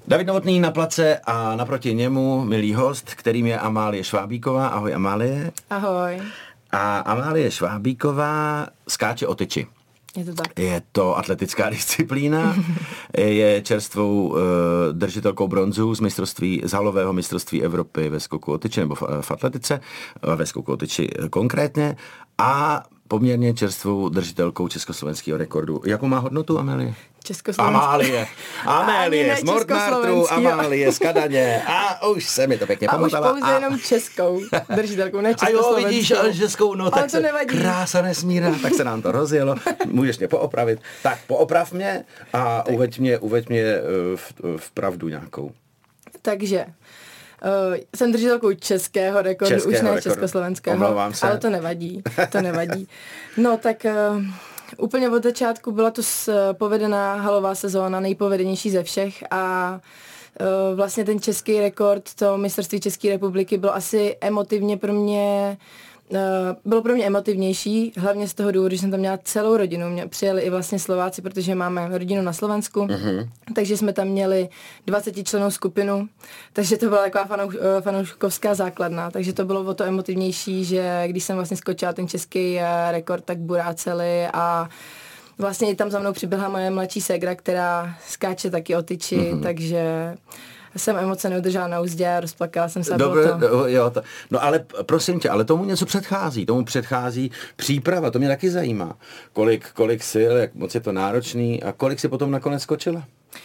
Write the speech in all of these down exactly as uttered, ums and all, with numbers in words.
David Novotný na place a naproti němu milý host, kterým je Amálie Švábíková. Ahoj Amálie. Ahoj. A Amálie Švábíková skáče o tyči. Je to tak. Je to atletická disciplína, je čerstvou uh, držitelkou bronzu z mistrovství, z halového mistrovství Evropy ve skoku o tyči, nebo v, v atletice, ve skoku o tyči konkrétně, a poměrně čerstvou držitelkou československého rekordu. Jakou má hodnotu Amálie? Československý. Amálie. Amálie z Mortmartru, Amálie z Kadaně. A už se mi to pěkně pamatala. A už pouze a... jenom českou držitelkou, ne československou. A jo, vidíš, ale českou, no tak ale to nevadí. Krása nesmírná, tak se nám to rozjelo. Můžeš mě poopravit. Tak pooprav mě a tak. uveď mě, uveď mě v, v pravdu nějakou. Takže... Uh, jsem držitelkou českého rekordu, českého už ne rekordu. Československého, Omlouvám se. Ale to nevadí, to nevadí. No tak uh, úplně od začátku byla to povedená halová sezóna, nejpovedenější ze všech a uh, vlastně ten český rekord, to mistrovství České republiky bylo asi emotivně pro mě Uh, bylo pro mě emotivnější, hlavně z toho důvodu, že jsem tam měla celou rodinu. Mě přijeli i vlastně Slováci, protože máme rodinu na Slovensku, uh-huh. takže jsme tam měli dvacetičlennou skupinu, takže to byla taková fanou, fanouškovská základna, takže to bylo o to emotivnější, že když jsem vlastně skočila ten český rekord, tak buráceli a vlastně i tam za mnou přiběhla moje mladší ségra, která skáče taky o tyči, uh-huh. takže... jsem emoce neudržela na úzdě a rozplakala jsem se. Dobře, to... jo, to, no ale prosím tě, ale tomu něco předchází, tomu předchází příprava, to mě taky zajímá. Kolik, kolik sil, jak moc je to náročný a kolik si potom nakonec skočila?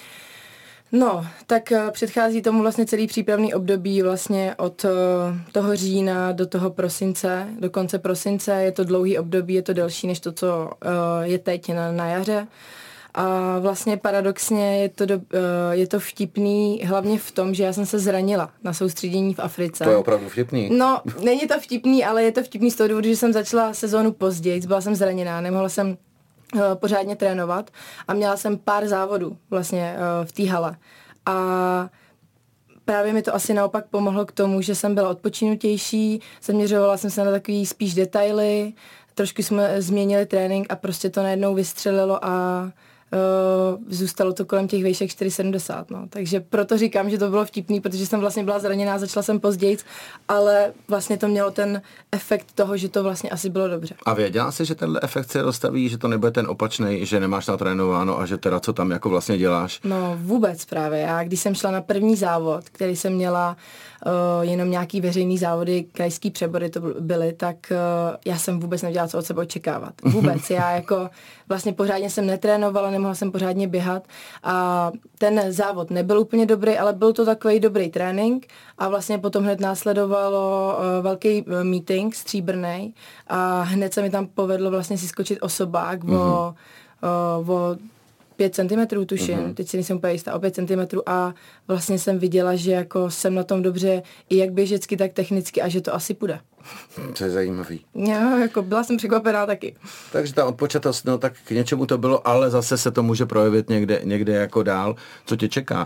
No, tak předchází tomu vlastně celý přípravný období vlastně od toho října do toho prosince, do konce prosince, je to dlouhý období, je to delší než to, co je teď na, na jaře. A vlastně paradoxně je to, do, je to vtipný hlavně v tom, že já jsem se zranila na soustředění v Africe. To je opravdu vtipný. No, není to vtipný, ale je to vtipný z toho důvodu, že jsem začala sezónu později, byla jsem zraněná, nemohla jsem uh, pořádně trénovat a měla jsem pár závodů vlastně uh, v té hale. A právě mi to asi naopak pomohlo k tomu, že jsem byla odpočinutější, zaměřovala jsem se na takový spíš detaily, trošku jsme změnili trénink a prostě to najednou vystřelilo a Uh, zůstalo to kolem těch výšek čtyři sedmdesát, no. Takže proto říkám, že to bylo vtipný, protože jsem vlastně byla zraněná, začala jsem později, ale vlastně to mělo ten efekt toho, že to vlastně asi bylo dobře. A věděla jsi, že tenhle efekt se dostaví, že to nebude ten opačnej, že nemáš natrénováno a že teda co tam jako vlastně děláš? No vůbec právě. Já když jsem šla na první závod, který jsem měla uh, jenom nějaký veřejný závody, krajský přebory to byly, tak uh, já jsem vůbec nevěděla, co od sebe očekávat. Vůbec. Já jako vlastně pořádně jsem netrénovala, nemohla jsem pořádně běhat a ten závod nebyl úplně dobrý, ale byl to takový dobrý trénink a vlastně potom hned následovalo uh, velký uh, meeting stříbrnej a hned se mi tam povedlo vlastně si skočit osobák mm-hmm. o, uh, o pět centimetrů tuším, uh-huh. teď si nejsem úplně jistá, o pět centimetrů a vlastně jsem viděla, že jako jsem na tom dobře i jak běžecky, tak technicky a že to asi půjde. To je zajímavý. Jo, jako byla jsem překvapená taky. Takže ta odpočatost, no tak k něčemu to bylo, ale zase se to může projevit někde, někde jako dál. Co tě čeká?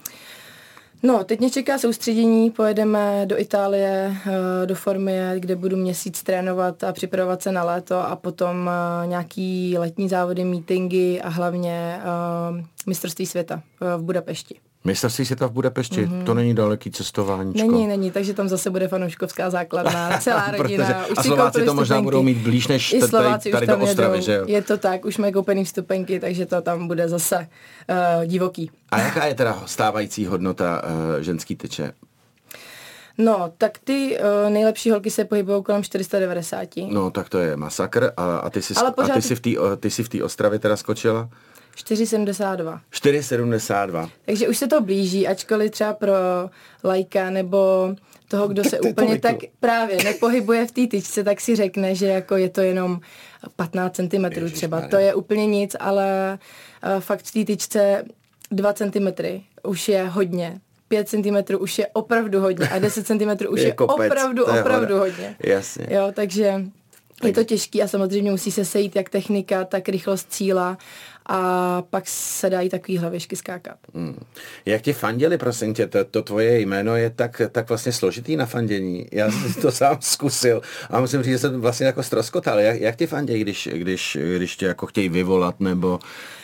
No, teď mě čeká soustředění, pojedeme do Itálie, do Formie, kde budu měsíc trénovat a připravovat se na léto a potom nějaký letní závody, meetingy a hlavně uh, mistrovství světa v Budapešti. Mistrovství světa v Budapešti, mm-hmm. to není daleký cestováníčko. Není, není, takže tam zase bude fanouškovská základna, celá rodina. Protože, už a Slováci to možná budou mít blíž než I tady, tady do Ostravy, že jo? Je to tak, už mají koupený vstupenky, takže to tam bude zase uh, divoký. A jaká je teda stávající hodnota uh, ženský tyče? No, tak ty uh, nejlepší holky se pohybují kolem čtyři sta devadesát. No, tak to je masakr. A, a ty jsi, pořád... a ty jsi v té ty jsi v té Ostravě teda skočila? čtyři sedmdesát dva. čtyři sedmdesát dva. Takže už se to blíží, ačkoliv třeba pro lajka nebo toho, kdo se úplně tak právě nepohybuje v té tyčce, tak si řekne, že jako je to jenom patnáct centimetrů třeba. To je úplně nic, ale uh, fakt v té tyčce dva centimetry už je hodně. pět centimetrů už je opravdu hodně a deset centimetrů už je, je kopec, opravdu, je opravdu hoda. Hodně. Jasně. Jo, takže je to těžký a samozřejmě musí se sejít jak technika, tak rychlost cíla a pak se dají takový hlavěšky skákat. Hmm. Jak ti fandili, prosím tě, to, to tvoje jméno je tak, tak vlastně složitý na fandění. Já jsem to sám zkusil a musím říct, že jsem vlastně jako ztroskotal. Jak, jak ti fandějí, když, když, když tě jako chtějí vyvolat nebo...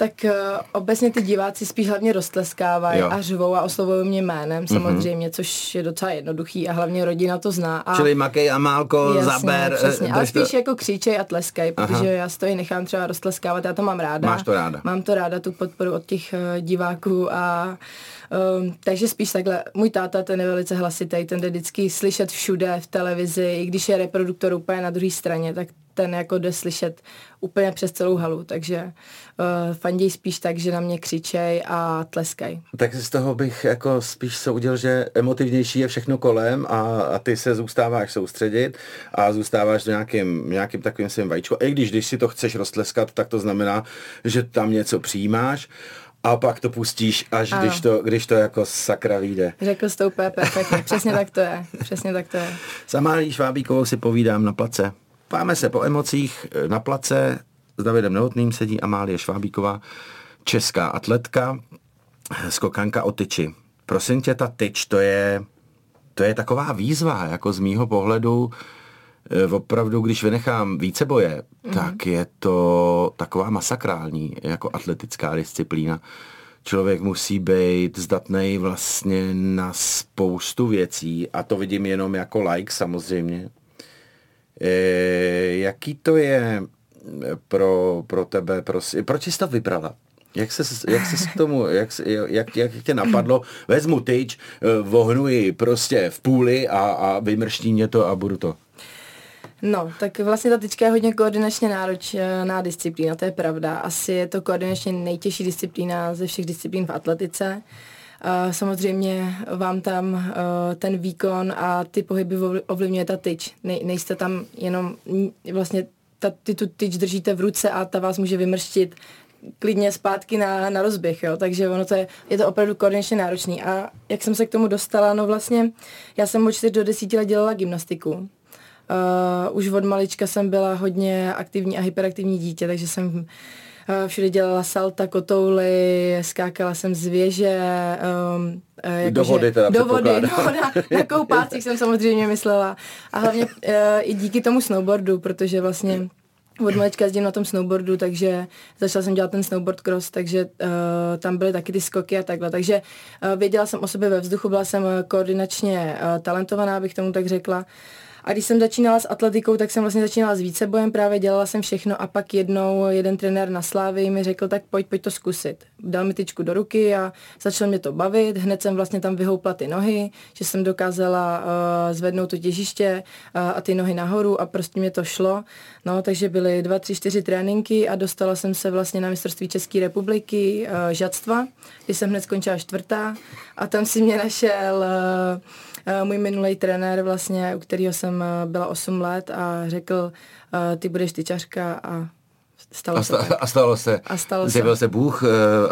Tak uh, obecně ty diváci spíš hlavně roztleskávají a řvou a oslovují mě jménem samozřejmě, mm-hmm. což je docela jednoduchý a hlavně rodina to zná. A čili Makej Amálko, jasně, zaber. Přesně, ale spíš to... jako křičej a tleskají, protože Aha. já stojí nechám třeba roztleskávat, já to mám ráda. Máš to ráda. Mám to ráda, tu podporu od těch uh, diváků a Um, takže spíš takhle, můj táta, ten je velice hlasitý, ten jde vždycky slyšet všude v televizi, i když je reproduktor úplně na druhé straně, tak ten jako jde slyšet úplně přes celou halu, takže uh, fanděj spíš tak, že na mě křičej a tleskaj. Tak z toho bych jako spíš soudil, že emotivnější je všechno kolem a, a ty se zůstáváš soustředit a zůstáváš do nějakým, nějakým takovým svým vajíčku. I když, když si to chceš roztleskat, tak to znamená, že tam něco přijímáš. A pak to pustíš, až když to, když to jako sakra vyjde. Řekl jsi to úplně perfektně. Přesně tak to je. Přesně tak to je. S Amálí Švábíkovou si povídám na place. Páme se po emocích. Na place s Davidem Novotným sedí Amálie Švábíková, česká atletka, skokanka o tyči. Prosím tě, ta tyč, to je, to je taková výzva, jako z mýho pohledu. Opravdu, když vynechám víceboje, mm. tak je to taková masakrální jako atletická disciplína. Člověk musí být zdatnej vlastně na spoustu věcí a to vidím jenom jako like samozřejmě. E, jaký to je pro, pro tebe, pro, proč jsi to vybrala? Jak se, jak se k tomu, jak, jak, jak tě napadlo, vezmu tyč, vohnu ji prostě v půli a, a vymrští mě to a budu to. No, tak vlastně ta tyčka je hodně koordinačně náročná disciplína, to je pravda. Asi je to koordinačně nejtěžší disciplína ze všech disciplín v atletice. Uh, samozřejmě vám tam uh, ten výkon a ty pohyby ovlivňuje ta tyč. Nej, nejste tam jenom, vlastně ta, ty tu tyč držíte v ruce a ta vás může vymrštit klidně zpátky na, na rozběh, jo, takže ono to je, je to opravdu koordinačně náročný. A jak jsem se k tomu dostala, no vlastně, já jsem od čtyř do desíti let dělala gymnastiku. Uh, už od malička jsem byla hodně aktivní a hyperaktivní dítě, takže jsem uh, všude dělala salta, kotouly, skákala jsem z věže. Um, uh, jako do vody teda do vody, no, na, na koupácích jsem samozřejmě myslela. A hlavně uh, i díky tomu snowboardu, protože vlastně od malička jezdím na tom snowboardu, takže začala jsem dělat ten snowboard cross, takže uh, tam byly taky ty skoky a takhle. Takže uh, věděla jsem o sobě ve vzduchu, byla jsem koordinačně uh, talentovaná, bych tomu tak řekla. A když jsem začínala s atletikou, tak jsem vlastně začínala s vícebojem, právě dělala jsem všechno a pak jednou jeden trenér na Slávii mi řekl, tak pojď, pojď to zkusit. Dal mi tyčku do ruky a začal mě to bavit, hned jsem vlastně tam vyhoupla ty nohy, že jsem dokázala uh, zvednout to těžiště uh, a ty nohy nahoru a prostě mě to šlo. No, takže byly dva, tři, čtyři tréninky a dostala jsem se vlastně na mistrovství České republiky uh, žadstva, kdy jsem hned skončila čtvrtá a tam si mě našel uh, Uh, můj minulý trenér vlastně, u kterého jsem uh, byla osm let a řekl, uh, ty budeš tyčařka a stalo a sta- se. A stalo se. A stalo Zjevil se. se Bůh. Uh,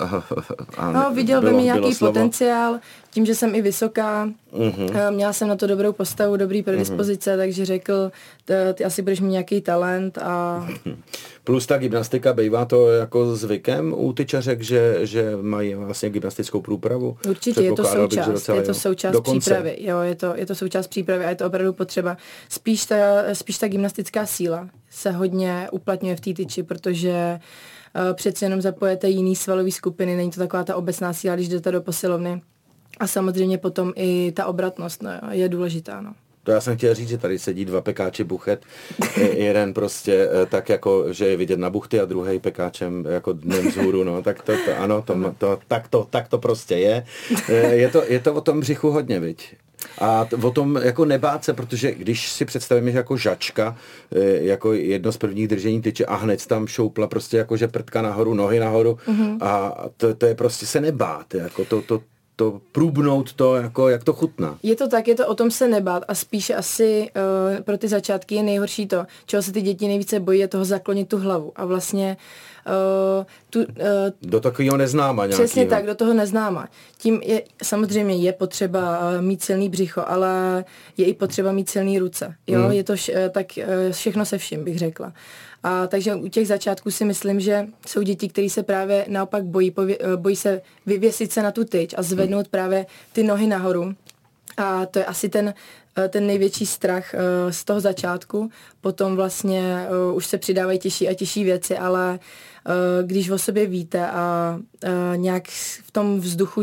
a no, viděl by mi nějaký potenciál, tím, že jsem i vysoká, uh-huh. měla jsem na to dobrou postavu, dobrý predispozice, uh-huh. takže řekl, ty asi budeš mít nějaký talent a... Plus ta gymnastika, bývá to jako zvykem u tyčařek, že, že mají vlastně gymnastickou průpravu? Určitě, je to součást, docela, je to součást přípravy, jo, je to, je to součást přípravy a je to opravdu potřeba. Spíš ta, spíš ta gymnastická síla se hodně uplatňuje v té tyči, protože uh, přeci jenom zapojete jiný svalový skupiny, není to taková ta obecná síla, když jdete do posilovny. A samozřejmě potom i ta obratnost no, je důležitá, no. To já jsem chtěl říct, že tady sedí dva pekáči buchet, jeden prostě tak jako, že je vidět na buchty a druhý pekáčem jako dnem vzhůru, no, tak to, to ano, to, to, tak, to, tak to prostě je. Je to, je to o tom břichu hodně, viď? A t- o tom jako nebát se, protože když si představíme jako žačka, jako jedno z prvních držení tyče a hned tam šoupla prostě jako, že prdka nahoru, nohy nahoru mm-hmm. a to, to je prostě se nebát, jako to, to to průbnout to, jako jak to chutná. Je to tak, je to o tom se nebát a spíš asi uh, pro ty začátky je nejhorší to, čeho se ty děti nejvíce bojí, je toho zaklonit tu hlavu a vlastně uh, tu, uh, do takového neznáma nějakého. Přesně tak, do toho neznáma. Tím je, samozřejmě je potřeba uh, mít silný břicho, ale je i potřeba mít silný ruce. Jo, hmm. je to š, uh, tak uh, všechno se vším, bych řekla. A takže u těch začátků si myslím, že jsou děti, které se právě naopak bojí, pově, bojí se vyvěsit se na tu tyč a zvednout hmm. právě ty nohy nahoru. A to je asi ten, ten největší strach z toho začátku. Potom vlastně už se přidávají těžší a těžší věci, ale když o sobě víte a nějak v tom vzduchu,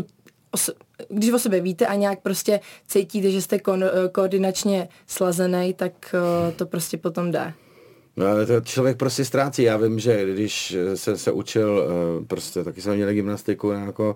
když o sobě víte a nějak prostě cítíte, že jste ko- koordinačně slazený, tak to prostě potom jde. No ale to člověk prostě ztrácí. Já vím, že když jsem se učil, prostě taky jsme měli gymnastiku, jako,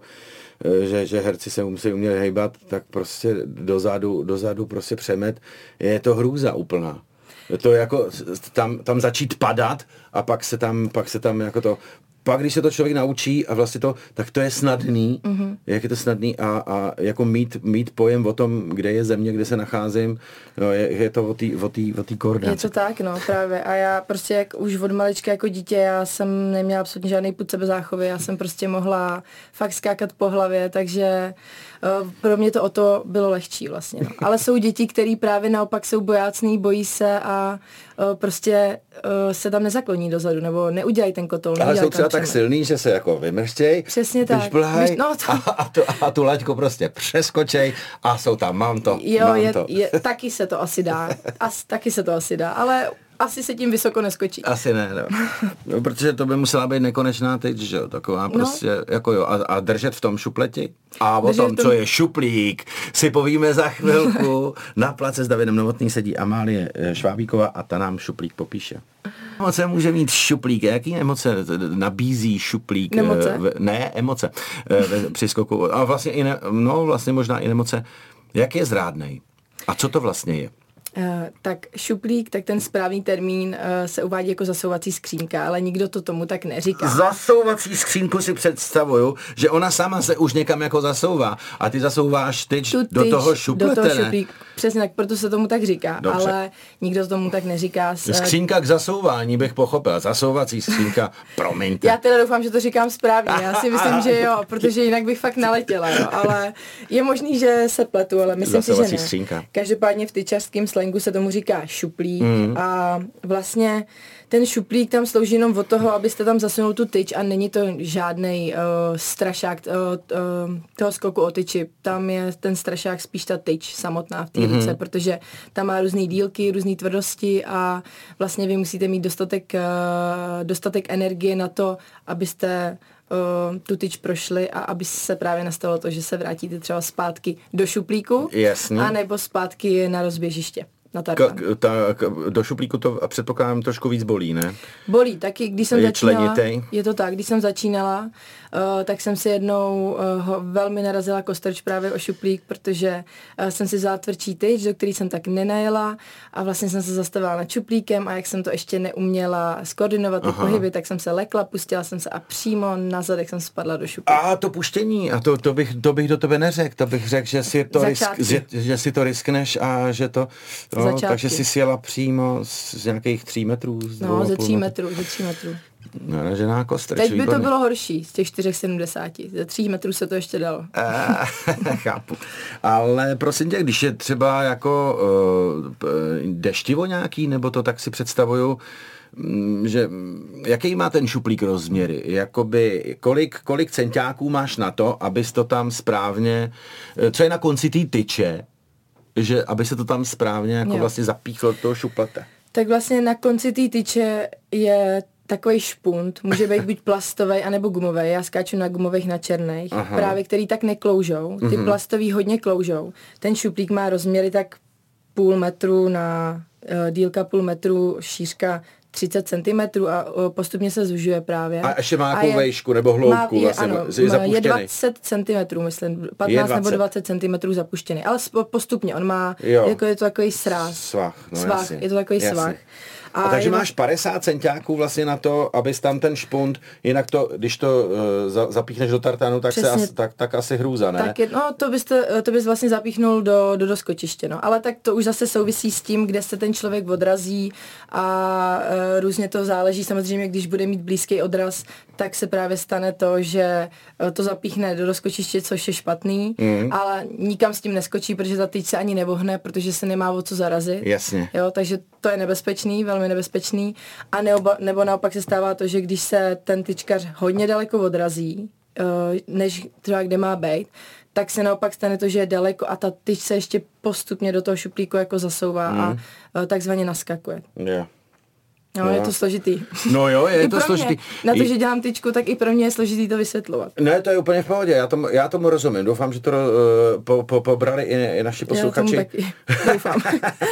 že, že herci se musí uměli hejbat, tak prostě dozadu, dozadu prostě přemet. Je to hrůza úplná. To jako tam, tam začít padat a pak se tam, pak se tam jako to... Pak, když se to člověk naučí a vlastně to, tak to je snadný, mm-hmm. jak je to snadný a, a jako mít, mít pojem o tom, kde je země, kde se nacházím, no, je, je to o té o té o té koordinaci. Je to tak, no, právě. A já prostě jak už od malička jako dítě, já jsem neměla absolutně žádný pud sebezáchovy, já jsem prostě mohla fakt skákat po hlavě, takže uh, pro mě to o to bylo lehčí vlastně, no. Ale jsou děti, který právě naopak jsou bojácný, bojí se a uh, prostě uh, se tam nezakloní dozadu, nebo neudělají ten kotol. Ale jsou třeba tak silný, že se jako vymrštěj, přesně tak. Vyšplhaj, no to... a, a, tu, a tu laťku prostě přeskočej a jsou tam, mám to, jo, mám je, to. Je, taky se to asi dá, As, taky se to asi dá, ale asi se tím vysoko neskočí. Asi ne, no. No, protože to by musela být nekonečná tyč, že jo, taková prostě, no. jako jo, a, a držet v tom šupleti. A o držet tom, tom, co je šuplík, si povíme za chvilku. Na place s Davidem Novotný sedí Amálie Švábíková a ta nám šuplík popíše. Emoce může mít šuplík. Jaký emoce nabízí šuplík? Nemoce. Ne, emoce. Při skoku. A vlastně i ne, no vlastně možná i nemoce. Jak je zrádnej? A co to vlastně je? Uh, tak šuplík, tak ten správný termín uh, se uvádí jako zasouvací skřínka, ale nikdo to tomu tak neříká. Zasouvací skřínku si představuju, že ona sama se už někam jako zasouvá a ty zasouváš tyč, tyč do toho šuplete, do toho šuplík. Přesně tak, proto se tomu tak říká, dobře. Ale nikdo tomu tak neříká. Skřínka k zasouvání bych pochopil, zasouvací skřínka, promiňte. Já teda doufám, že to říkám správně, já si myslím, že jo, protože jinak bych fakt naletěla, jo, ale je možný, že se pletu, ale myslím zasouvací si, že ne. Skřínka. Každopádně v tyčařském slangu se tomu říká šuplík mm. a vlastně ten šuplík tam slouží jenom od toho, abyste tam zasunul tu tyč a není to žádnej uh, strašák uh, uh, toho skoku o tyči. Tam je ten strašák spíš ta tyč samotná v té mm-hmm. ruce, protože tam má různé dílky, různé tvrdosti a vlastně vy musíte mít dostatek, uh, dostatek energie na to, abyste Uh, tu tyč prošli a aby se právě nastalo to, že se vrátíte třeba zpátky do šuplíku, jasně, anebo zpátky na rozběžiště. Na tartan. K, ta, k, do šuplíku to předpokládám trošku víc bolí, ne? Bolí, taky když jsem je začínala, členitej. Je to tak, když jsem začínala, uh, tak jsem si jednou uh, ho velmi narazila kostrč právě o šuplík, protože uh, jsem si vzala tvrdší tyč, do který jsem tak nenajela a vlastně jsem se zastavila nad šuplíkem a jak jsem to ještě neuměla skoordinovat ty pohyby, tak jsem se lekla, pustila jsem se a přímo na zadek jsem spadla do šuplíku. A to puštění, a to, to, bych, to bych do tebe neřekl, to bych řekl, že si to, risk, že, že si to riskneš a že to... No, takže jsi sjela přímo z nějakých tří metrů? Z no, ze tří metrů, ze tří metrů. Naražená kostrč. Teď by výborný. To bylo horší, z těch čtyřech sedmdesáti. Ze tří metrů se to ještě dalo. Chápu. Ale prosím tě, když je třeba jako uh, deštivo nějaký, nebo to tak si představuju, že jaký má ten šuplík rozměry? Jakoby kolik, kolik centiáků máš na to, abys to tam správně, co je na konci té tyče, že aby se to tam správně jako jo. vlastně zapíchlo do toho šuplete. Tak vlastně na konci té tyče je takový špunt, může být buď plastový, anebo gumový. Já skáču na gumových, na černých, aha. právě který tak nekloužou. Ty mm-hmm. plastový hodně kloužou. Ten šuplík má rozměry tak půl metru na uh, dílka půl metru, šířka třicet centimetrů a postupně se zužuje právě. A ještě má nějakou vejšku nebo hloubku, má, je, vlastně, ano, je zapuštěný. Je dvacet centimetrů, myslím, patnáct nebo dvacet centimetrů zapuštěný, ale postupně, on má, jo. jako je to takový sráz. Svah, no svah jasně. Je to takový jasně. svah. A, a takže je... máš padesát centiáků vlastně na to, abys tam ten špunt, jinak to, když to uh, za, zapíchneš do tartanu, tak, se as, tak, tak asi hrůza, ne? Tak je, no, to bys, to, to bys vlastně zapíchnul do, do doskočiště, no. Ale tak to už zase souvisí s tím, kde se ten člověk odrazí a uh, různě to záleží. Samozřejmě, když bude mít blízký odraz, tak se právě stane to, že uh, to zapíchne do doskočiště, což je špatný, mm. ale nikam s tím neskočí, protože ta tyč se ani nevohne, protože se nemá o co zarazit. Jasně. Jo, takže to je nebezpečný, velmi nebezpečný. A nebo, nebo naopak se stává to, že když se ten tyčkař hodně daleko odrazí, než třeba kde má být, tak se naopak stane to, že je daleko a ta tyč se ještě postupně do toho šuplíku jako zasouvá mm. a takzvaně naskakuje. Yeah. No, no, je to složitý. No jo, je to mě, složitý. Na to, že dělám tyčku, tak i pro mě je složitý to vysvětlovat. Ne, to je úplně v pohodě, já tomu, já tomu rozumím. Doufám, že to uh, po, po, pobrali i, i naši posluchači. Já tomu taky. Doufám.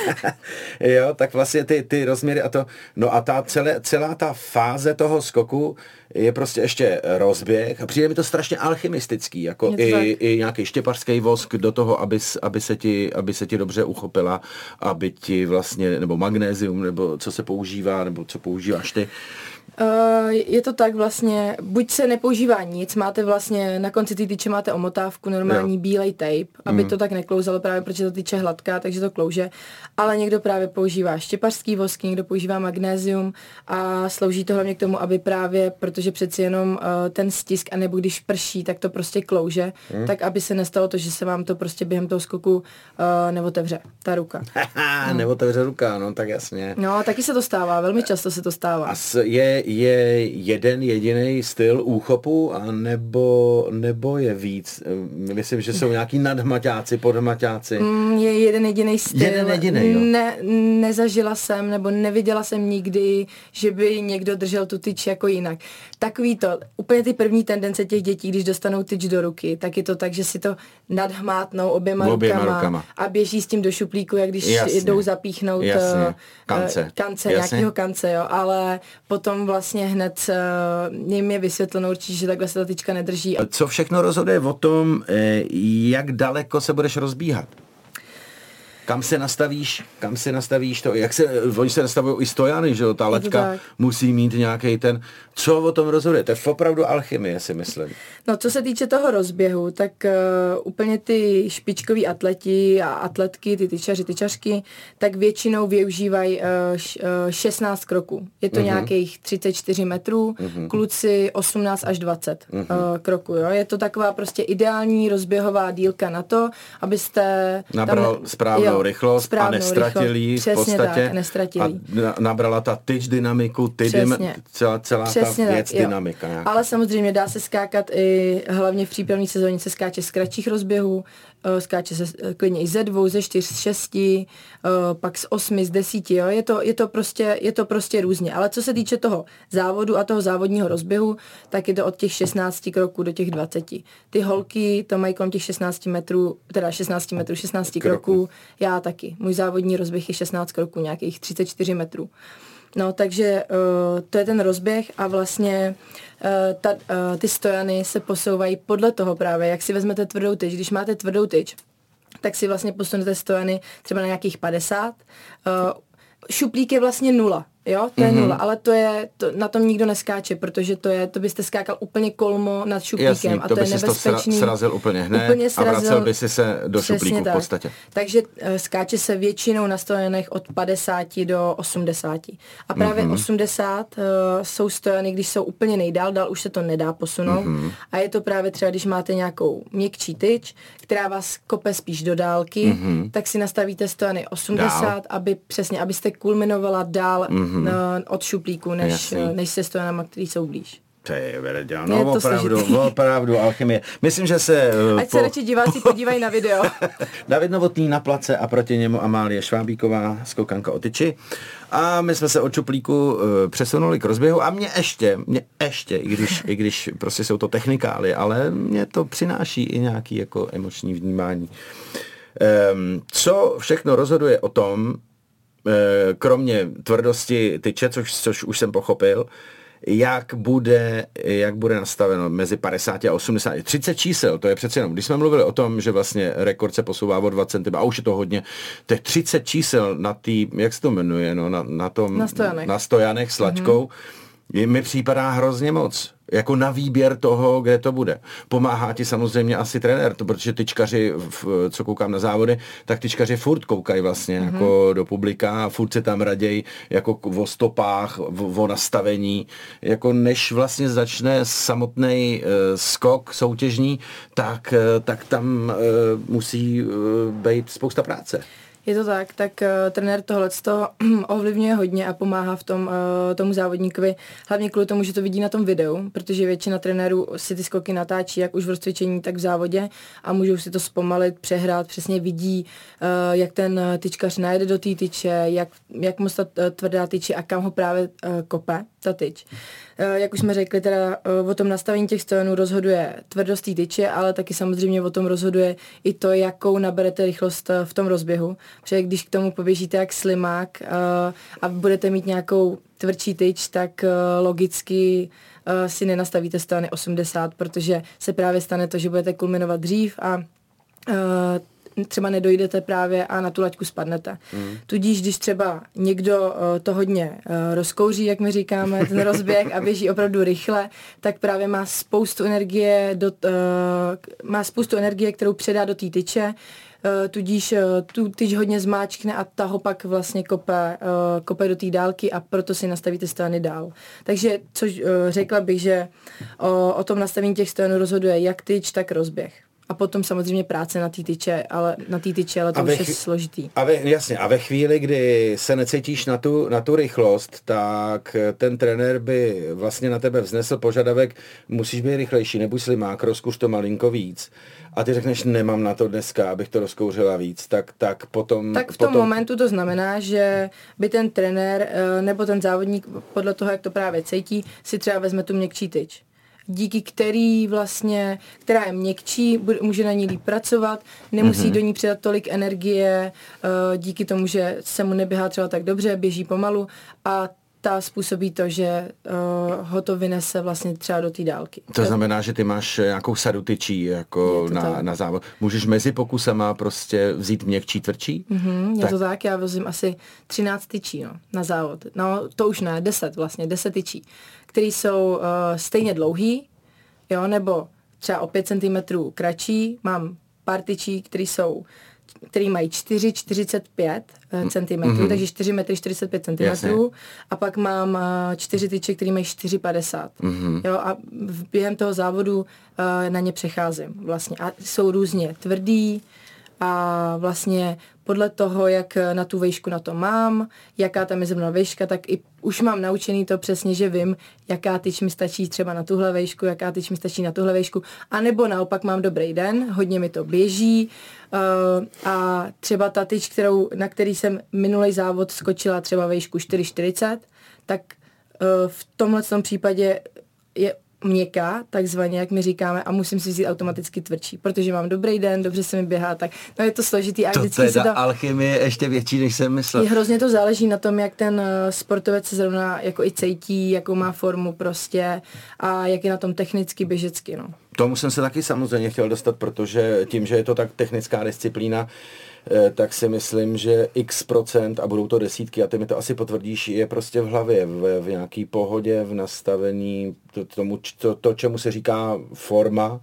Jo, tak vlastně ty, ty rozměry a to, no a ta celé, celá ta fáze toho skoku je prostě ještě rozběh a přijde mi to strašně alchymistický, jako i, i nějaký štěpařský vosk do toho, aby, aby, se ti, aby se ti dobře uchopila, aby ti vlastně, nebo magnézium, nebo co se používá, nebo co používáš ty. Uh, je to tak vlastně, buď se nepoužívá nic, máte vlastně, na konci té tyče máte omotávku, normální jo. bílej tape, aby mm. to tak neklouzalo právě, protože to tyče hladká, takže to klouže, ale někdo právě používá štěpařský vosk, někdo používá magnézium a slouží to hlavně k tomu, aby právě, protože přeci jenom uh, ten stisk, anebo když prší, tak to prostě klouže, mm. tak aby se nestalo to, že se vám to prostě během toho skoku uh, neotevře, ta ruka. no. Neotevře ruka, no tak jasně. No, taky se to stává, velmi často se to stává. A je je jeden jediný styl úchopu, a nebo, nebo je víc? Myslím, že jsou nějaký nadhmaťáci, podhmaťáci. Mm, je jeden jediný styl. Jeden jediný, jo. Ne, nezažila jsem, nebo neviděla jsem nikdy, že by někdo držel tu tyč jako jinak. Takový to, úplně ty první tendence těch dětí, když dostanou tyč do ruky, tak je to tak, že si to nadhmátnou oběma, oběma rukama, rukama a běží s tím do šuplíku, jak když Jasně. jdou zapíchnout Jasně. kance, uh, kance Jasně. nějakého kance, jo, ale potom vlastně hned uh, jim je vysvětleno určitě, že takhle se ta tyčka nedrží. Co všechno rozhoduje o tom, jak daleko se budeš rozbíhat? Kam se nastavíš, kam se nastavíš to, jak se, oni se nastavují i stojany, že jo, ta laťka musí mít nějaký ten, co o tom rozhoduje, to je opravdu alchymie, si myslím. No, co se týče toho rozběhu, tak uh, úplně ty špičkoví atleti a atletky, ty tyčaři, tyčařky, tak většinou využívají uh, š, uh, šestnáct kroků. Je to mm-hmm. nějakých třicet čtyři metrů, mm-hmm. kluci osmnáct až dvacet mm-hmm. uh, kroků, jo. Je to taková prostě ideální rozběhová dílka na to, abyste nabral tam, správnou jo, rychlost správnou a nestratil jí v podstatě tak, a nabrala ta tyč dynamiku, ty dim, celá, celá Přesně ta věc tak, dynamika. Nějaká. Ale samozřejmě dá se skákat i hlavně v přípravní sezóně se skáče z kratších rozběhů, skáče se klidně i ze dvou, ze čtyř, z šesti, pak z osmi, z desíti, jo. Je to, je to prostě, je to prostě různě. Ale co se týče toho závodu a toho závodního rozběhu, tak je to od těch šestnácti kroků do těch dvaceti. Ty holky to mají kolem těch šestnácti metrů, teda šestnácti metrů, šestnácti kroků. Já taky. Můj závodní rozběh je šestnáct kroků, nějakých třicet čtyři metrů. No, takže uh, to je ten rozběh a vlastně uh, ta, uh, ty stojany se posouvají podle toho právě, jak si vezmete tvrdou tyč. Když máte tvrdou tyč, tak si vlastně posunete stojany třeba na nějakých padesát. Uh, šuplík je vlastně nula. Jo, to je mm-hmm. nula, ale to je, to, na tom nikdo neskáče, protože to je, to byste skákal úplně kolmo nad šuplíkem. Jasný, a to, to je nebezpečný. To srazil úplně hned úplně srazil, a vracel by si se do šuplíku tak. V podstatě. Takže uh, skáče se většinou na stojanech od padesáti do osmdesáti. A právě mm-hmm. osmdesát uh, jsou stojany, když jsou úplně nejdál, dál už se to nedá posunout. Mm-hmm. A je to právě třeba, když máte nějakou měkčí tyč, která vás kope spíš do dálky, mm-hmm. tak si nastavíte stojany osmdesát, dál. aby přesně, abyste kulminovala dál mm-hmm. od šuplíku, než, než se stojanama, který jsou blíž. To je věděl, no je opravdu, opravdu alchymie. Myslím, že se... Uh, Ať po... se radši diváci podívají na video. David Novotný na place a proti němu Amálie Švábíková, skokanka o tyči. A my jsme se od šuplíku uh, přesunuli k rozběhu a mě ještě, mě ještě, i když, i když prostě jsou to technikály, ale mě to přináší i nějaký jako emoční vnímání. Um, co všechno rozhoduje o tom, kromě tvrdosti tyče, což, což už jsem pochopil, jak bude, jak bude nastaveno mezi padesáti a osmdesáti. třicet čísel, to je přece jenom, když jsme mluvili o tom, že vlastně rekord se posouvá o dva centimetry, a už je to hodně, těch třicet čísel na tý, jak se to jmenuje, no, na, na tom, na stojanech, na stojanech s laťkou, mm-hmm. mi připadá hrozně moc. Jako na výběr toho, kde to bude. Pomáhá ti samozřejmě asi trenér, to, protože tyčkaři, co koukám na závody, tak tyčkaři furt koukají vlastně mm-hmm. jako do publika a furt se tam raději jako o stopách, o, o nastavení, jako než vlastně začne samotný uh, skok soutěžní, tak, uh, tak tam uh, musí uh, být spousta práce. Je to tak, tak uh, trenér tohleto ovlivňuje hodně a pomáhá v tom uh, tomu závodníkovi, hlavně kvůli tomu, že to vidí na tom videu, protože většina trenérů si ty skoky natáčí, jak už v rozcvičení, tak v závodě a můžou si to zpomalit, přehrát, přesně vidí, uh, jak ten tyčkař najede do té tyče, jak, jak moc ta tvrdá tyče a kam ho právě uh, kope ta tyč. Uh, jak už jsme řekli, teda uh, o tom nastavení těch stojanů rozhoduje tvrdost té tyče, ale taky samozřejmě o tom rozhoduje i to, jakou naberete rychlost v tom rozběhu. Protože když k tomu poběžíte jak slimák uh, a budete mít nějakou tvrdší tyč, tak uh, logicky uh, si nenastavíte stojany osmdesát, protože se právě stane to, že budete kulminovat dřív a uh, třeba nedojdete právě a na tu laťku spadnete. Mm. Tudíž, když třeba někdo uh, to hodně uh, rozkouří, jak my říkáme, ten rozběh a běží opravdu rychle, tak právě má spoustu energie, do, uh, má spoustu energie, kterou předá do té tyče, Uh, tudíž uh, tu tyč hodně zmáčkne a ta ho pak vlastně kope, uh, kope do té dálky a proto si nastavíte stojany dál. Takže což uh, řekla bych, že o, o tom nastavení těch stojanů rozhoduje jak tyč, tak rozběh. A potom samozřejmě práce na té tyče, ale na té tyče, ale to už je složitý. A ve, jasně, a ve chvíli, kdy se necítíš na tu, na tu rychlost, tak ten trenér by vlastně na tebe vznesl požadavek, musíš být rychlejší, nebuď slimák, rozkuř to malinko víc. A ty řekneš, nemám na to dneska, abych to rozkouřila víc, tak, tak potom... Tak v tom potom... momentu to znamená, že by ten trenér nebo ten závodník, podle toho, jak to právě cítí, si třeba vezme tu měkčí tyč. Díky který vlastně, která je měkčí, může na ní líp pracovat, nemusí mm-hmm. do ní přidat tolik energie, díky tomu, že se mu neběhá třeba tak dobře, běží pomalu a ta způsobí to, že uh, ho to vynese vlastně třeba do té dálky. To znamená, že ty máš nějakou sadu tyčí jako na, na závod. Můžeš mezi pokusama prostě vzít měkčí, tvrdší? Mm-hmm, je tak. To tak, já vozím asi třináct tyčí no, na závod. No to už ne, deset vlastně, deset tyčí, které jsou uh, stejně dlouhý, jo, nebo třeba o pět centimetrů kratší. Mám pár tyčí, které jsou který mají čtyři čtyřicet pět centimetrů, mm-hmm. takže čtyři metry čtyřicet pět centimetrů. A pak mám uh, čtyři tyče, které mají čtyři padesát. Mm-hmm. Jo, a během toho závodu uh, na ně přecházím vlastně. A jsou různě tvrdý a vlastně podle toho, jak na tu vejšku na to mám, jaká tam je zrovna vejška, tak i už mám naučený to přesně, že vím, jaká tyč mi stačí třeba na tuhle vejšku, jaká tyč mi stačí na tuhle vejšku, anebo naopak mám dobrý den, hodně mi to běží uh, a třeba ta tyč, kterou, na který jsem minulý závod skočila třeba vejšku čtyři čtyřicet, tak uh, v tomhle tom případě je měkká, takzvaně, jak my říkáme, a musím si vzít automaticky tvrdší, protože mám dobrý den, dobře se mi běhá, tak no je to složitý. A to vždycky teda si to alchymie je ještě větší, než jsem myslel. Je hrozně to záleží na tom, jak ten sportovec se zrovna jako i cítí, jakou má formu prostě a jak je na tom technicky, běžecky, no. Tomu jsem se taky samozřejmě chtěl dostat, protože tím, že je to tak technická disciplína, tak si myslím, že x procent, a budou to desítky, a ty mi to asi potvrdíš, je prostě v hlavě, v, v nějaký pohodě, v nastavení, to, tomu, to, to, čemu se říká forma.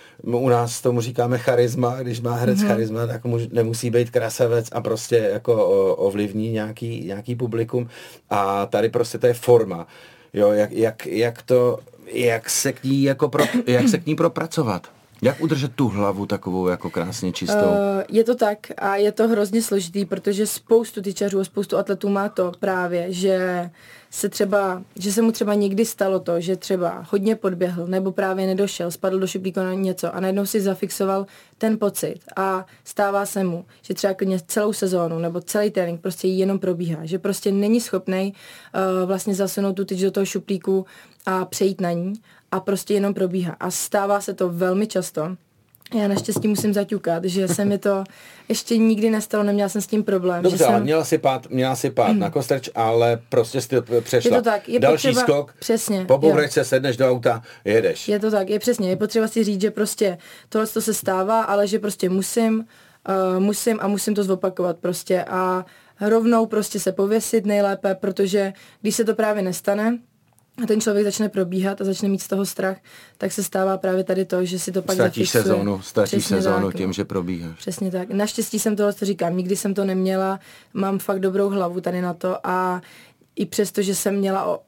U nás tomu říkáme charisma, když má herec mm-hmm. charisma, tak mu nemusí být krasavec a prostě jako ovlivní nějaký, nějaký publikum. A tady prostě to je forma. Jo, jak, jak, jak to, jak se k ní jako pro, jak se k ní propracovat? Jak udržet tu hlavu takovou jako krásně čistou? Uh, je to tak a je to hrozně složitý, protože spoustu tyčařů a spoustu atletů má to právě, že se třeba, že se mu třeba někdy stalo to, že třeba hodně podběhl nebo právě nedošel, spadl do šuplíku na něco a najednou si zafixoval ten pocit a stává se mu, že třeba celou sezónu nebo celý trénink prostě jenom probíhá, že prostě není schopnej uh, vlastně zasunout tu tyč do toho šuplíku a přejít na ní a prostě jenom probíhá. A stává se to velmi často. Já naštěstí musím zaťukat, že se mi to ještě nikdy nestalo, neměla jsem s tím problém. Dobře, že ale jsem... měla si pát, měla si pát mm. na kostrč, ale prostě jsi přešla. Je to tak. Je Další potřeba... skok, přesně, pobouhreš se, sedneš do auta, jedeš. Je to tak, je přesně. Je potřeba si říct, že prostě tohle to se stává, ale že prostě musím, uh, musím a musím to zopakovat prostě a rovnou prostě se pověsit nejlépe, protože když se to právě nestane, a ten člověk začne probíhat a začne mít z toho strach, tak se stává právě tady to, že si to pak ztratíš zafixuje. Sezónu, ztratíš sezónu tak, tím, no. že probíháš. Přesně tak. Naštěstí jsem tohle to říkám, nikdy jsem to neměla, mám fakt dobrou hlavu tady na to a i přesto, že jsem měla o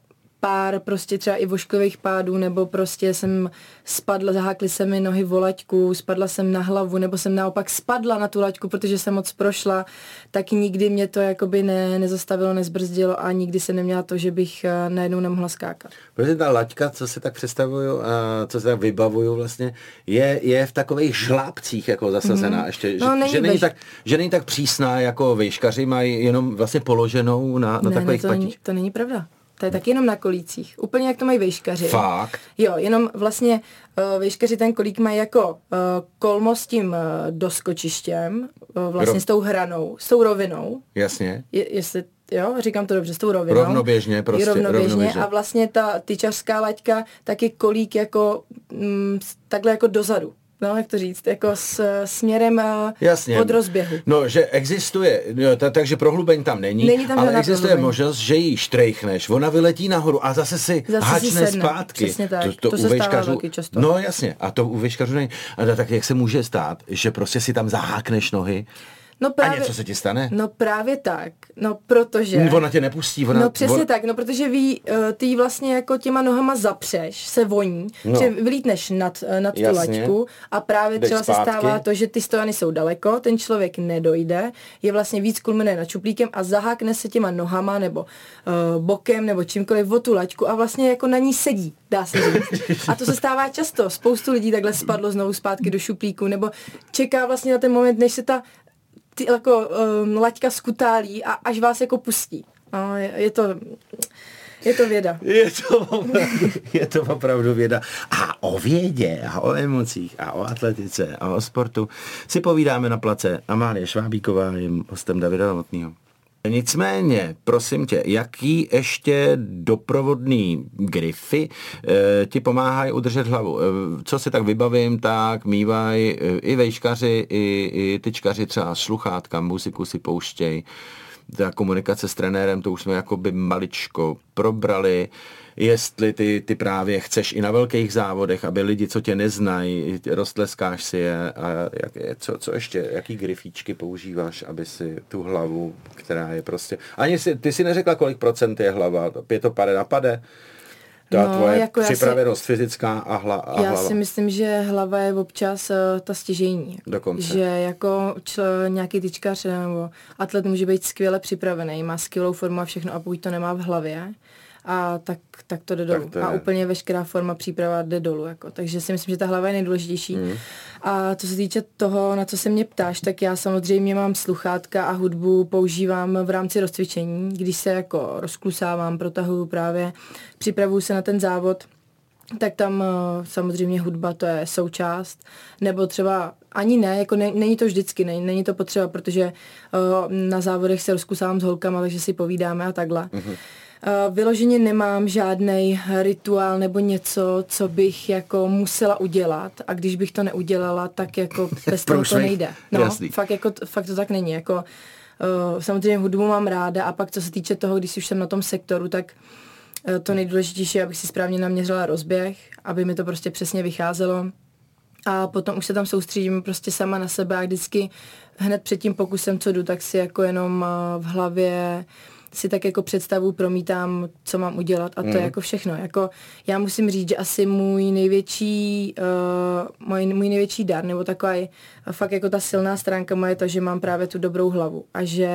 pár prostě třeba i vošklových pádů, nebo prostě jsem spadla, zahákly se mi nohy o laťku, spadla jsem na hlavu, nebo jsem naopak spadla na tu laťku, protože jsem moc prošla, tak nikdy mě to jakoby ne, nezastavilo, nezbrzdilo a nikdy jsem neměla to, že bych najednou nemohla skákat. Protože ta laťka, co si tak představuju a co si tak vybavuju vlastně, je, je v takových žlábcích jako zasazená mm-hmm. ještě, no, že, není že, není bež... tak, že není tak přísná jako vejškaři, mají jenom vlastně položenou na, na ne, takových ne, to, není, to není pravda. To je taky jenom na kolících. Úplně jak to mají vejškaři. Fakt? Jo, jenom vlastně uh, vejškaři ten kolík mají jako uh, kolmo s tím uh, doskočištěm, uh, vlastně Ro... s tou hranou, s tou rovinou. Jasně. Je, jestli, jo, říkám to dobře, s tou rovinou. Rovnoběžně prostě. Rovnoběžně, rovnoběžně. A vlastně ta tyčařská laťka taky kolík jako mm, takhle jako dozadu. No, jak to říct, jako s směrem Jasně. od rozběhu. No, že existuje, jo, ta, takže prohlubeň tam není, není tam ale existuje prohlubeň. Možnost, že ji štrejchneš, ona vyletí nahoru a zase si zase háčne si zpátky. Přesně tak, to, to, to u se vejškařů, stává taky často. No jasně, a to u vejškařů není. A tak jak se může stát, že prostě si tam zahákneš nohy, no právě, a něco se ti stane? No právě tak, no protože... Ona tě nepustí. Ona, no přesně ona... tak, no protože ví, ty vlastně jako těma nohama zapřeš, se voní, no. že vylítneš nad, nad tu laťku a právě Jdeš třeba zpátky. se stává to, že ty stojany jsou daleko, ten člověk nedojde, je vlastně víc kulminuje nad čuplíkem a zahákne se těma nohama nebo uh, bokem nebo čímkoliv o tu laťku a vlastně jako na ní sedí, dá se říct. A to se stává často, spoustu lidí takhle spadlo znovu zpátky do šuplíku nebo čeká vlastně na ten moment, než se ta ty jako um, laťka skutálí a až vás jako pustí. No, je, je to je to věda. Je to, opravdu, je to opravdu věda. A o vědě, a o emocích, a o atletice, a o sportu si povídáme na place. Amálie Švábíková je hostem Davida Novotného. Nicméně, prosím tě, jaký ještě doprovodný grify e, ti pomáhají udržet hlavu? E, co si tak vybavím, tak mývají e, i vejškaři, i, i tyčkaři třeba sluchátka, muziku si pouštěj. Ta komunikace s trenérem, to už jsme jakoby maličko probrali. Jestli ty, ty právě chceš i na velkých závodech, aby lidi, co tě neznají, roztleskáš si je a jak je, co, co ještě, jaký grifíčky používáš, aby si tu hlavu, která je prostě... Ani si, ty si neřekla, kolik procent je hlava, pět to pade napade? Ta no, tvoje jako připravenost si, fyzická a, hla, a já hlava. Já si myslím, že hlava je občas uh, ta stěžejní. Dokonce. Že jako čl, nějaký tyčkař nebo atlet může být skvěle připravený, má skvělou formu a všechno a pokud to nemá v hlavě, a tak, tak to jde dolů. A úplně veškerá forma příprava jde dolů. Jako. Takže si myslím, že ta hlava je nejdůležitější. Mm. A co se týče toho, na co se mě ptáš, tak já samozřejmě mám sluchátka a hudbu používám v rámci rozcvičení, když se jako rozklusávám, protahuju právě, připravuju se na ten závod, tak tam samozřejmě hudba to je součást, nebo třeba ani ne, jako ne, není to vždycky, ne, není to potřeba, protože uh, na závodech se rozklusávám s holkama, takže si povídáme a takhle. Mm-hmm. Uh, vyloženě nemám žádnej rituál nebo něco, co bych jako musela udělat a když bych to neudělala, tak jako bez toho to nejde. No, fakt, jako, fakt to tak není. Jako, uh, samozřejmě hudbu mám ráda a pak co se týče toho, když už jsem na tom sektoru, tak uh, to nejdůležitější je, abych si správně naměřila rozběh, aby mi to prostě přesně vycházelo. A potom už se tam soustředím prostě sama na sebe a vždycky hned před tím pokusem, co jdu, tak si jako jenom uh, v hlavě si tak jako představu promítám, co mám udělat a to mm. je jako všechno. Jako já musím říct, že asi můj největší, uh, můj, můj největší dar, nebo taková fakt jako ta silná stránka moje to, že mám právě tu dobrou hlavu a že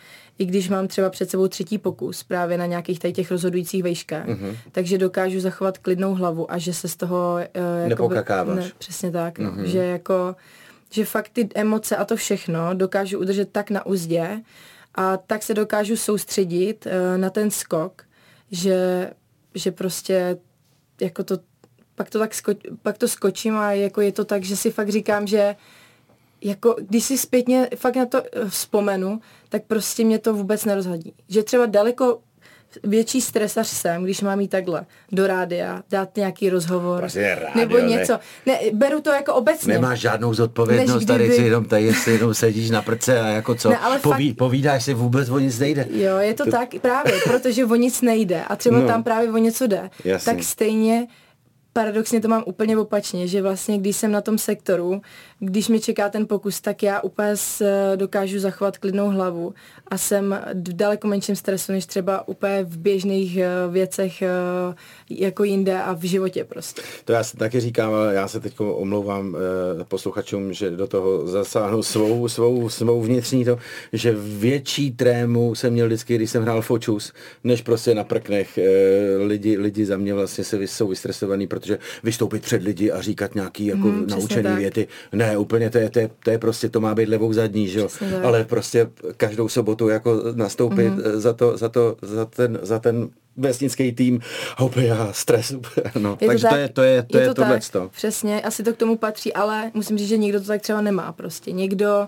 i když mám třeba před sebou třetí pokus právě na nějakých tady těch rozhodujících vejškách, mm-hmm. takže dokážu zachovat klidnou hlavu a že se z toho uh, nepokakáváš. Ne, přesně tak, no, mm-hmm. že jako, že fakt ty emoce a to všechno dokážu udržet tak na uzdě, a tak se dokážu soustředit uh, na ten skok, že, že prostě jako to, pak to tak sko, pak to skočím a jako je to tak, že si fakt říkám, že jako když si zpětně fakt na to vzpomenu, tak prostě mě to vůbec nerozhodí. Že třeba daleko větší stresař jsem, když mám jít takhle do rádia, dát nějaký rozhovor, vlastně rádio, nebo něco. Ne? ne, beru to jako obecně. Nemáš žádnou zodpovědnost, tady kdyby... si jenom tady, jestli jenom sedíš na prce a jako co, ne, Poví, fakt... povídáš si, vůbec o nic nejde. Jo, je to, to... tak právě, protože o nic nejde a třeba no, tam právě o něco jde. Jasně. Tak stejně paradoxně to mám úplně opačně, že vlastně když jsem na tom sektoru, když mi čeká ten pokus, tak já úplně dokážu zachovat klidnou hlavu a jsem v daleko menším stresu, než třeba úplně v běžných věcech jako jinde a v životě prostě. To já si taky říkám, ale já se teď omlouvám posluchačům, že do toho zasáhnu svou, svou, svou vnitřní to, že větší trému jsem měl vždycky, když jsem hrál fočus, než prostě na prknech. Lidi, lidi za mě vlastně se jsou vystresovaný, protože vystoupit před lidi a říkat nějaký jako mm, naučený věty, ne, úplně to je, to je, to je prostě, to má být levou zadní, že jo, ale prostě každou sobotu jako nastoupit mm. za to, za to, za ten, za ten vesnický tým, hopy a stres. No, je takže to, to je, to je, to je, je to tohleto. Přesně, asi to k tomu patří, ale musím říct, že někdo to tak třeba nemá prostě. Někdo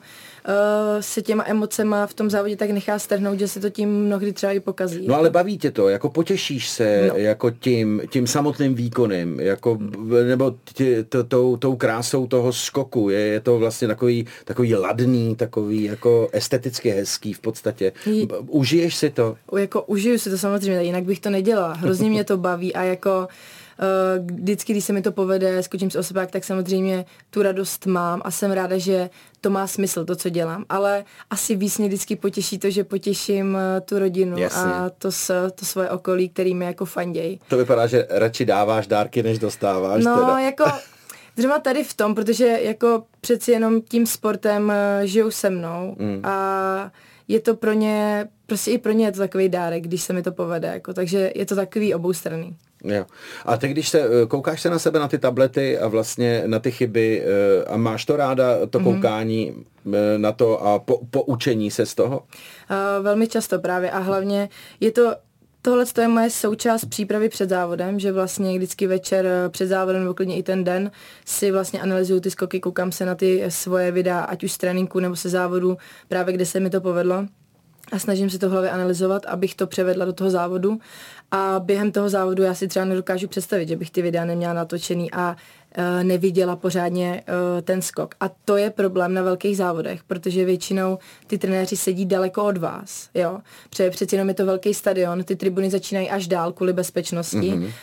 uh, se těma emocema v tom závodě tak nechá strhnout, že se to tím mnohdy třeba i pokazí. No ale baví tě to, jako potěšíš se no. jako tím, tím samotným výkonem, jako, nebo tě, to, tou, tou krásou toho skoku, je, je to vlastně takový, takový ladný, takový jako esteticky hezký v podstatě. Je, Užiješ si to? Jako užiju si to samozřejmě, jinak bych to nedělala. Hrozně mě to baví a jako uh, vždycky, když se mi to povede, skočím z osobák, tak samozřejmě tu radost mám a jsem ráda, že to má smysl, to, co dělám, ale asi víc mě vždycky potěší to, že potěším uh, tu rodinu Jasně. a to, to svoje okolí, který mi jako fandějí. To vypadá, že radši dáváš dárky, než dostáváš. No, teda. jako zřejmě tady v tom, protože jako přeci jenom tím sportem uh, žijou se mnou mm. a je to pro ně, prostě i pro ně je to takový dárek, když se mi to povede, jako, takže je to takový oboustranný. Jo. A ty, když se, koukáš se na sebe, na ty tablety a vlastně na ty chyby a máš to ráda, to koukání mm-hmm. na to a po, poučení se z toho? Uh, velmi často právě a hlavně je to tohle je moje součást přípravy před závodem, že vlastně vždycky večer před závodem nebo klidně i ten den si vlastně analyzuju ty skoky, koukám se na ty svoje videa, ať už z tréninku nebo se závodu, právě kde se mi to povedlo a snažím se to v hlavě analyzovat, abych to převedla do toho závodu a během toho závodu já si třeba nedokážu představit, že bych ty videa neměla natočený a uh, neviděla pořádně uh, ten skok. A to je problém na velkých závodech, protože většinou ty trenéři sedí daleko od vás, jo. Protože přeci jenom je to velký stadion, ty tribuny začínají až dál kvůli bezpečnosti mm-hmm.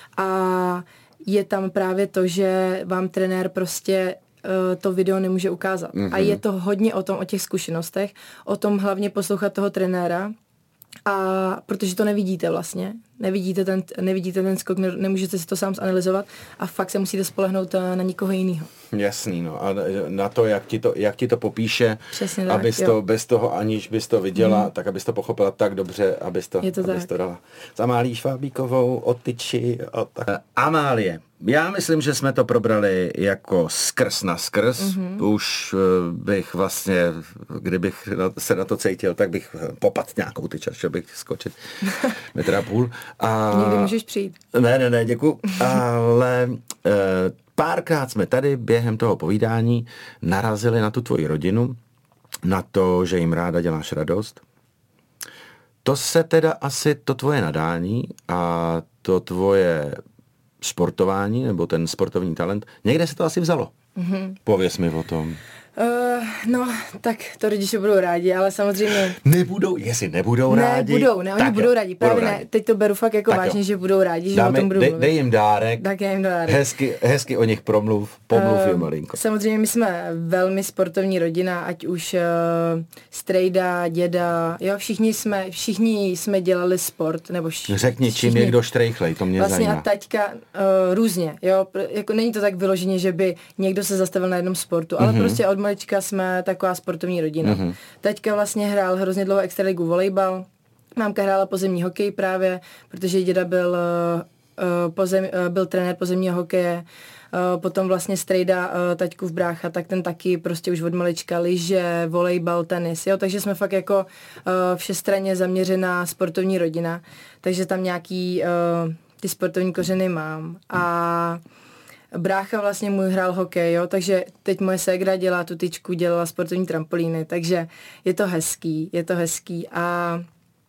a je tam právě to, že vám trenér prostě to video nemůže ukázat. Mm-hmm. A je to hodně o tom, o těch zkušenostech, o tom hlavně poslouchat toho trenéra, a protože to nevidíte vlastně, nevidíte ten, nevidíte ten skok, ne, nemůžete si to sám zanalyzovat a fakt se musíte spolehnout na někoho jiného. Jasný, no a na to, jak ti to, jak ti to popíše, Přesně tak, abys to, bez toho, aniž bys to viděla, mm. tak abys to pochopila tak dobře, abys to, to, abys to dala. S Amálí Švábíkovou, o tyči, o tak. Amálie, já myslím, že jsme to probrali jako skrz na skrz. Mm-hmm. Už bych vlastně, kdybych se na to cítil, tak bych popadl nějakou tyč, že bych skočit metra půl. A... Někdy můžeš přijít. Ne, ne, ne, děkuju. Ale e, párkrát jsme tady během toho povídání narazili na tu tvoji rodinu, na to, že jim ráda děláš radost. To se teda asi to tvoje nadání a to tvoje sportování, nebo ten sportovní talent, někde se to asi vzalo. Mm-hmm. Pověz mi o tom. Uh, no, tak to rodiče budou rádi, ale samozřejmě... Nebudou, jestli nebudou ne, rádi... Ne, budou, ne, oni tak budou jo, rádi, právě budou ne, rádi. teď to beru fakt jako tak vážně, jo. Že budou rádi, že Dáme, o tom budou dej, mluvit. Dej jim dárek, tak já jim dárek. Hezky, hezky o nich promluv, pomluv uh, jim malinko. Samozřejmě my jsme velmi sportovní rodina, ať už uh, strejda, děda, jo, všichni jsme, všichni jsme dělali sport, nebo všichni, Řekni, čím je kdo štrejchlej, to mě vlastně zajímá. Vlastně a taťka uh, různě, jo, jako není to tak vyloženě, že by někdo se zastavil na jednom sportu, ale mm-hmm. prostě od malička jsme taková sportovní rodina. Mm-hmm. Taťka vlastně hrál hrozně dlouho extraligu volejbal, mámka hrála pozemní hokej právě, protože děda byl, uh, pozem, uh, byl trenér pozemního hokeje, uh, potom vlastně strejda uh, taťkův brácha, tak ten taky prostě už od malička lyže, volejbal, tenis, jo, takže jsme fakt jako uh, všestranně zaměřená sportovní rodina, takže tam nějaký uh, ty sportovní kořeny mám a brácha vlastně můj hrál hokej, jo, takže teď moje ségra dělá tu tyčku, dělala sportovní trampolíny, takže je to hezký, je to hezký a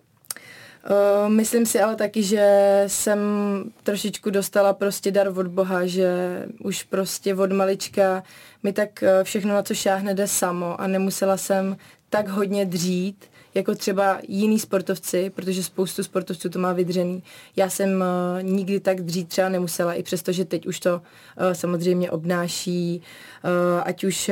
uh, myslím si ale taky, že jsem trošičku dostala prostě dar od Boha, že už prostě od malička mi tak všechno, na co šáhne, jde samo a nemusela jsem tak hodně dřít, jako třeba jiný sportovci, protože spoustu sportovců to má vydřený. Já jsem uh, nikdy tak dřít třeba nemusela, i přesto, že teď už to uh, samozřejmě obnáší, uh, ať už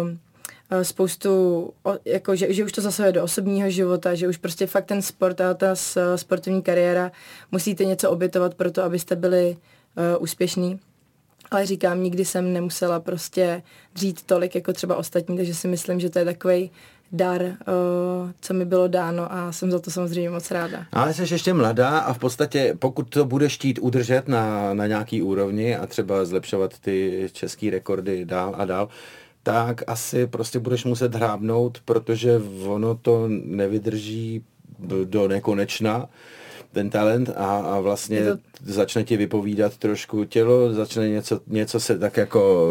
uh, spoustu, jako, že, že už to zasahuje do osobního života, že už prostě fakt ten sport a ta sportovní kariéra musíte něco obětovat pro to, abyste byli uh, úspěšní. Ale říkám, nikdy jsem nemusela prostě dřít tolik jako třeba ostatní, takže si myslím, že to je takovej dar, uh, co mi bylo dáno a jsem za to samozřejmě moc ráda. Ale jsi ještě mladá a v podstatě pokud to budeš chtít udržet na, na nějaký úrovni a třeba zlepšovat ty český rekordy dál a dál, tak asi prostě budeš muset hrábnout, protože ono to nevydrží do nekonečna, ten talent a, a vlastně to... začne ti vypovídat trošku tělo, začne něco, něco se tak jako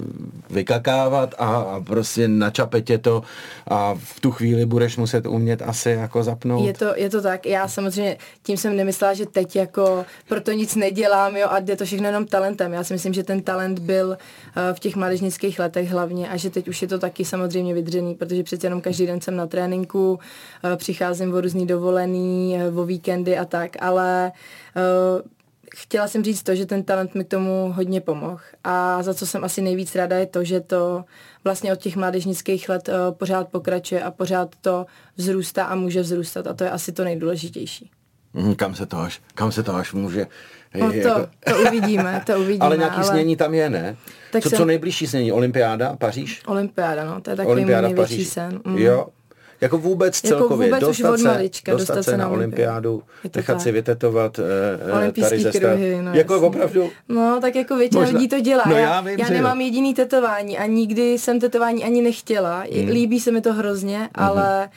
vykakávat a, a prostě načape tě to a v tu chvíli budeš muset umět asi jako zapnout. Je to, je to tak, já samozřejmě tím jsem nemyslela, že teď jako proto nic nedělám, jo, a jde to všechno jenom talentem. Já si myslím, že ten talent byl uh, v těch mládežnických letech hlavně a že teď už je to taky samozřejmě vydřený, protože přece jenom každý den jsem na tréninku, uh, přicházím o různý dovolený, uh, o víkendy a tak, ale uh, chtěla jsem říct to, že ten talent mi k tomu hodně pomohl a za co jsem asi nejvíc ráda je to, že to vlastně od těch mládežnických let uh, pořád pokračuje a pořád to vzrůstá a může vzrůstat a to je asi to nejdůležitější. Hmm, kam se to až, kam se to až může? No to, jako... to uvidíme, to uvidíme. Ale nějaký ale... snění tam je, ne? Tak co, jsem... co nejbližší snění? Olympiáda, Paříž? Olympiáda, no, to je takový můj největší sen. Mm. Jo. Jako vůbec celkově, jako vůbec dostat, se, malička, dostat, dostat se na olympiádu, nechat si vytetovat uh, tady ze kruhy, no jako jasný. Opravdu? No, tak jako většina Možná... lidí to dělá. No, já já, vím, já nemám jo. jediný tetování a nikdy jsem tetování ani nechtěla. Hmm. Líbí se mi to hrozně, hmm. ale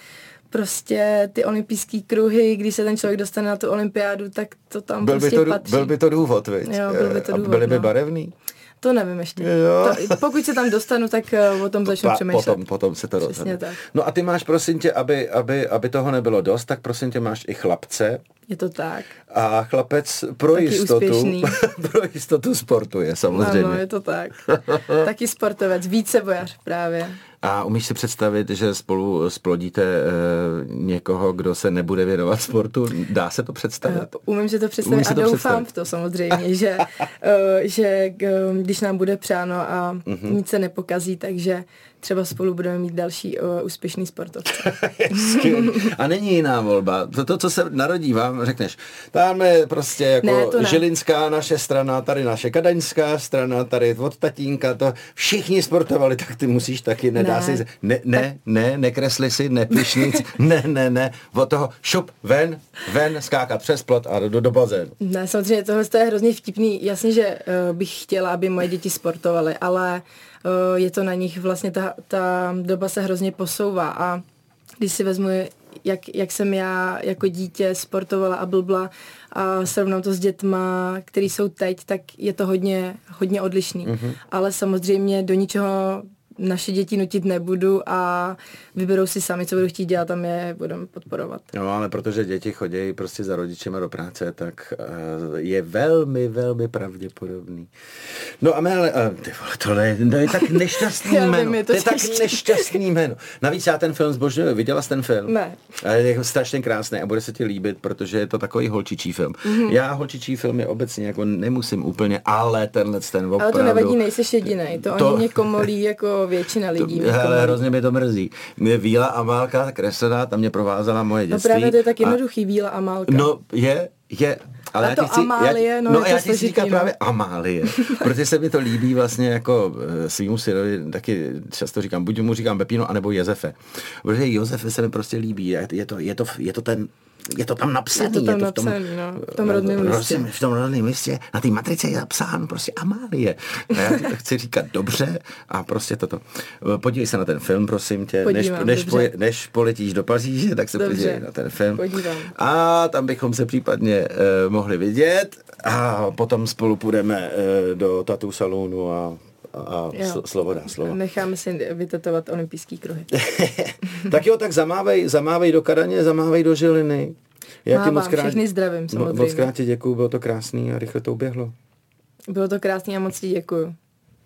prostě ty olympijský kruhy, když se ten člověk dostane na tu olympiádu, tak to tam byl prostě by to, patří. Byl by to důvod, viď? Jo, byl by to důvod, a byly by no. barevný? To nevím ještě. To, pokud se tam dostanu, tak uh, o tom začnu pa, přemýšlet. Potom, potom se to rozhodne. No a ty máš, prosím tě, aby, aby, aby toho nebylo dost, tak prosím tě máš i chlapce. Je to tak. A chlapec pro Taky jistotu, pro jistotu sportuje samozřejmě. Ano, je to tak. Taky sportovec, vícebojař právě. A umíš si představit, že spolu splodíte e, někoho, kdo se nebude věnovat sportu? Dá se to představit? Umím si to představit a to doufám představit. v to samozřejmě, že, uh, že uh, když nám bude přáno a mm-hmm. nic se nepokazí, takže třeba spolu budeme mít další uh, úspěšný sportovce. A není jiná volba. To, to, co se narodí, vám řekneš. Tam je prostě jako ne, žilinská naše strana, tady naše kadaňská strana, tady od tatínka, to všichni sportovali, tak ty musíš taky, nedá ne. si, ne, ne, ne, nekresli si, nepiš nic, ne, ne, ne, od toho šup, ven, ven, skákat přes plot a do, do bazénu. Ne, samozřejmě tohle je hrozně vtipný. Jasně, že uh, bych chtěla, aby moje děti sportovaly, ale uh, je to na nich vlastně, ta, ta doba se hrozně posouvá a když si vezmu, jak, jak jsem já jako dítě sportovala a blbla a srovnám to s dětma, který jsou teď, tak je to hodně, hodně odlišný. Mm-hmm. Ale samozřejmě do ničeho naše děti nutit nebudu a vyberou si sami, co budou chtít dělat a my je budeme podporovat. No, ale protože děti chodí prostě za rodičema do práce, tak uh, je velmi, velmi pravděpodobný. No a Mel, uh, ty vole, tohle je, to je tak nešťastný jméno. Je to, to je tak nešťastný jméno. Navíc já ten film zbožňuji. Viděla jsi ten film? Ne. Ale je strašně krásný a bude se ti líbit, protože je to takový holčičí film. Mm-hmm. Já holčičí filmy obecně jako nemusím úplně, ale tenhle ten opravdu. Ale to nevadí, nejseš jedinej. To, to oni mě komolí jako většina lidí. To, hele, hrozně mě to mrzí. Mě Víla Amálka kreslená, tam mě provázela moje dětství. No právě to je tak jednoduchý, a... Víla Amálka. No je, je. Ale a já to chci, Amálie, já, no, no je já to ti si říkám no. právě Amálie, protože se mi to líbí vlastně jako svýmu synovi, taky často říkám, buď mu říkám Pepino, anebo Josefe. Protože Josefe se mi prostě líbí, je to, je to, je to ten je to tam napsaný. Je to tam je to napsaný, v tom, no, v tom rodném listě. V tom rodném listě, na té matrice je napsáno prostě Amálie. A já ti to chci říkat dobře a prostě toto. Podívej se na ten film, prosím tě. Podívám, než, než, poje, než poletíš do Paříže, tak se dobře. Podívej na ten film. Podívám. A tam bychom se případně uh, mohli vidět a potom spolu půjdeme uh, do tattoo salonu a a sl- slovo dá slovo. Necháme si vytetovat olympijský kruhy. Tak jo, tak zamávej, zamávej do Kadaně, zamávej do Žiliny. Já ti moc krát, všechny zdravím samozřejmě. Moc krát ti děkuju, bylo to krásný a rychle to uběhlo. Bylo to krásný a moc ti děkuju.